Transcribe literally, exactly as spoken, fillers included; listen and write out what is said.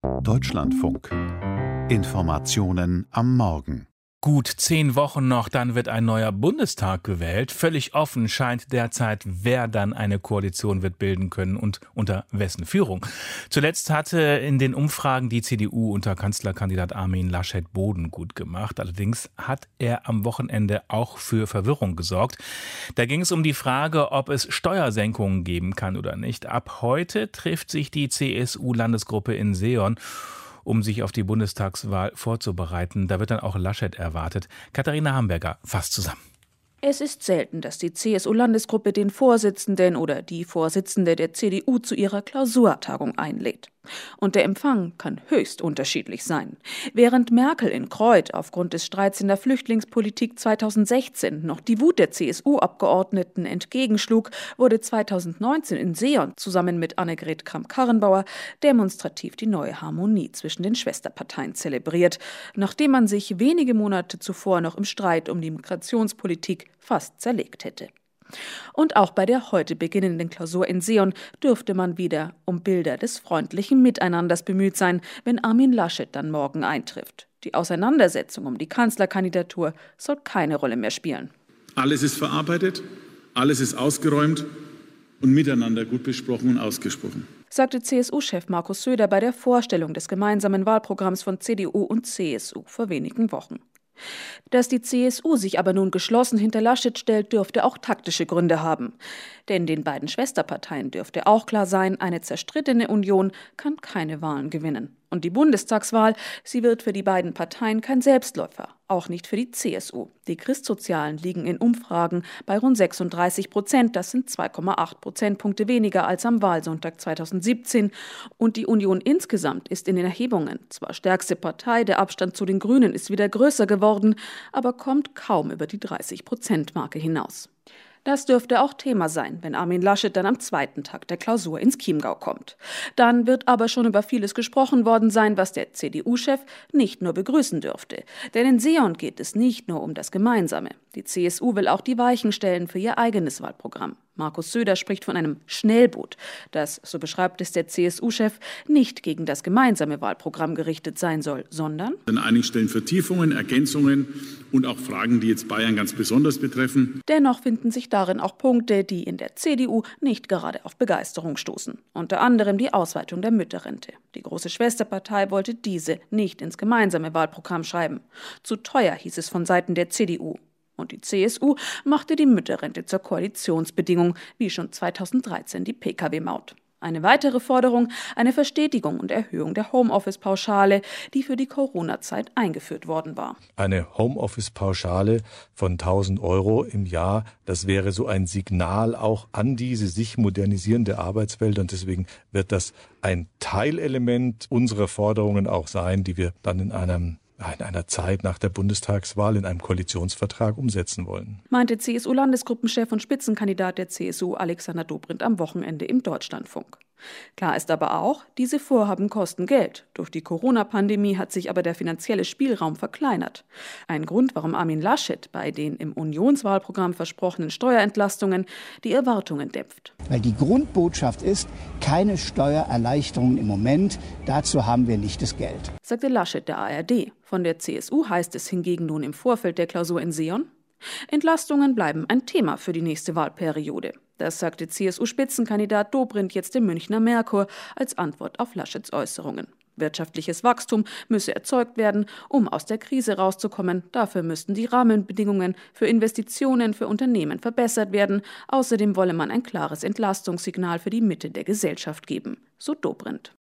Deutschlandfunk. Informationen am Morgen. Gut zehn Wochen noch, dann wird ein neuer Bundestag gewählt. Völlig offen scheint derzeit, wer dann eine Koalition wird bilden können und unter wessen Führung. Zuletzt hatte in den Umfragen die C D U unter Kanzlerkandidat Armin Laschet Boden gut gemacht. Allerdings hat er am Wochenende auch für Verwirrung gesorgt. Da ging es um die Frage, ob es Steuersenkungen geben kann oder nicht. Ab heute trifft sich die C S U-Landesgruppe in Seeon, um sich auf die Bundestagswahl vorzubereiten. Da wird dann auch Laschet erwartet. Katharina Hamburger fasst zusammen. Es ist selten, dass die C S U-Landesgruppe den Vorsitzenden oder die Vorsitzende der C D U zu ihrer Klausurtagung einlädt. Und der Empfang kann höchst unterschiedlich sein. Während Merkel in Kreuth aufgrund des Streits in der Flüchtlingspolitik zweitausendsechzehn noch die Wut der C S U-Abgeordneten entgegenschlug, wurde zweitausendneunzehn in Seeon zusammen mit Annegret Kramp-Karrenbauer demonstrativ die neue Harmonie zwischen den Schwesterparteien zelebriert, nachdem man sich wenige Monate zuvor noch im Streit um die Migrationspolitik fast zerlegt hätte. Und auch bei der heute beginnenden Klausur in Seeon dürfte man wieder um Bilder des freundlichen Miteinanders bemüht sein, wenn Armin Laschet dann morgen eintrifft. Die Auseinandersetzung um die Kanzlerkandidatur soll keine Rolle mehr spielen. Alles ist verarbeitet, alles ist ausgeräumt und miteinander gut besprochen und ausgesprochen, sagte C S U-Chef Markus Söder bei der Vorstellung des gemeinsamen Wahlprogramms von C D U und C S U vor wenigen Wochen. Dass die C S U sich aber nun geschlossen hinter Laschet stellt, dürfte auch taktische Gründe haben. Denn den beiden Schwesterparteien dürfte auch klar sein, eine zerstrittene Union kann keine Wahlen gewinnen. Und die Bundestagswahl, sie wird für die beiden Parteien kein Selbstläufer, auch nicht für die C S U. Die Christsozialen liegen in Umfragen bei rund sechsunddreißig Prozent, das sind zwei Komma acht Prozentpunkte weniger als am Wahlsonntag zweitausendsiebzehn. Und die Union insgesamt ist in den Erhebungen zwar stärkste Partei, der Abstand zu den Grünen ist wieder größer geworden, aber kommt kaum über die dreißig Prozent Marke hinaus. Das dürfte auch Thema sein, wenn Armin Laschet dann am zweiten Tag der Klausur ins Chiemgau kommt. Dann wird aber schon über vieles gesprochen worden sein, was der C D U-Chef nicht nur begrüßen dürfte. Denn in Seeon geht es nicht nur um das Gemeinsame. Die C S U will auch die Weichen stellen für ihr eigenes Wahlprogramm. Markus Söder spricht von einem Schnellboot, das, so beschreibt es der C S U-Chef, nicht gegen das gemeinsame Wahlprogramm gerichtet sein soll, sondern an einigen Stellen Vertiefungen, Ergänzungen und auch Fragen, die jetzt Bayern ganz besonders betreffen. Dennoch finden sich darin auch Punkte, die in der C D U nicht gerade auf Begeisterung stoßen. Unter anderem die Ausweitung der Mütterrente. Die große Schwesterpartei wollte diese nicht ins gemeinsame Wahlprogramm schreiben. Zu teuer, hieß es von Seiten der C D U. Und die C S U machte die Mütterrente zur Koalitionsbedingung, wie schon zweitausenddreizehn die P K W-Maut. Eine weitere Forderung, eine Verstetigung und Erhöhung der Homeoffice-Pauschale, die für die Corona-Zeit eingeführt worden war. Eine Homeoffice-Pauschale von tausend Euro im Jahr, das wäre so ein Signal auch an diese sich modernisierende Arbeitswelt. Und deswegen wird das ein Teilelement unserer Forderungen auch sein, die wir dann in einem in einer Zeit nach der Bundestagswahl in einem Koalitionsvertrag umsetzen wollen, meinte C S U-Landesgruppenchef und Spitzenkandidat der C S U Alexander Dobrindt am Wochenende im Deutschlandfunk. Klar ist aber auch, diese Vorhaben kosten Geld. Durch die Corona-Pandemie hat sich aber der finanzielle Spielraum verkleinert. Ein Grund, warum Armin Laschet bei den im Unionswahlprogramm versprochenen Steuerentlastungen die Erwartungen dämpft. Weil die Grundbotschaft ist, keine Steuererleichterungen im Moment, dazu haben wir nicht das Geld, sagte Laschet der A R D. Von der C S U heißt es hingegen nun im Vorfeld der Klausur in Seeon: Entlastungen bleiben ein Thema für die nächste Wahlperiode. Das sagte C S U-Spitzenkandidat Dobrindt jetzt im Münchner Merkur als Antwort auf Laschets Äußerungen. Wirtschaftliches Wachstum müsse erzeugt werden, um aus der Krise rauszukommen. Dafür müssten die Rahmenbedingungen für Investitionen für Unternehmen verbessert werden. Außerdem wolle man ein klares Entlastungssignal für die Mitte der Gesellschaft geben, so Dobrindt.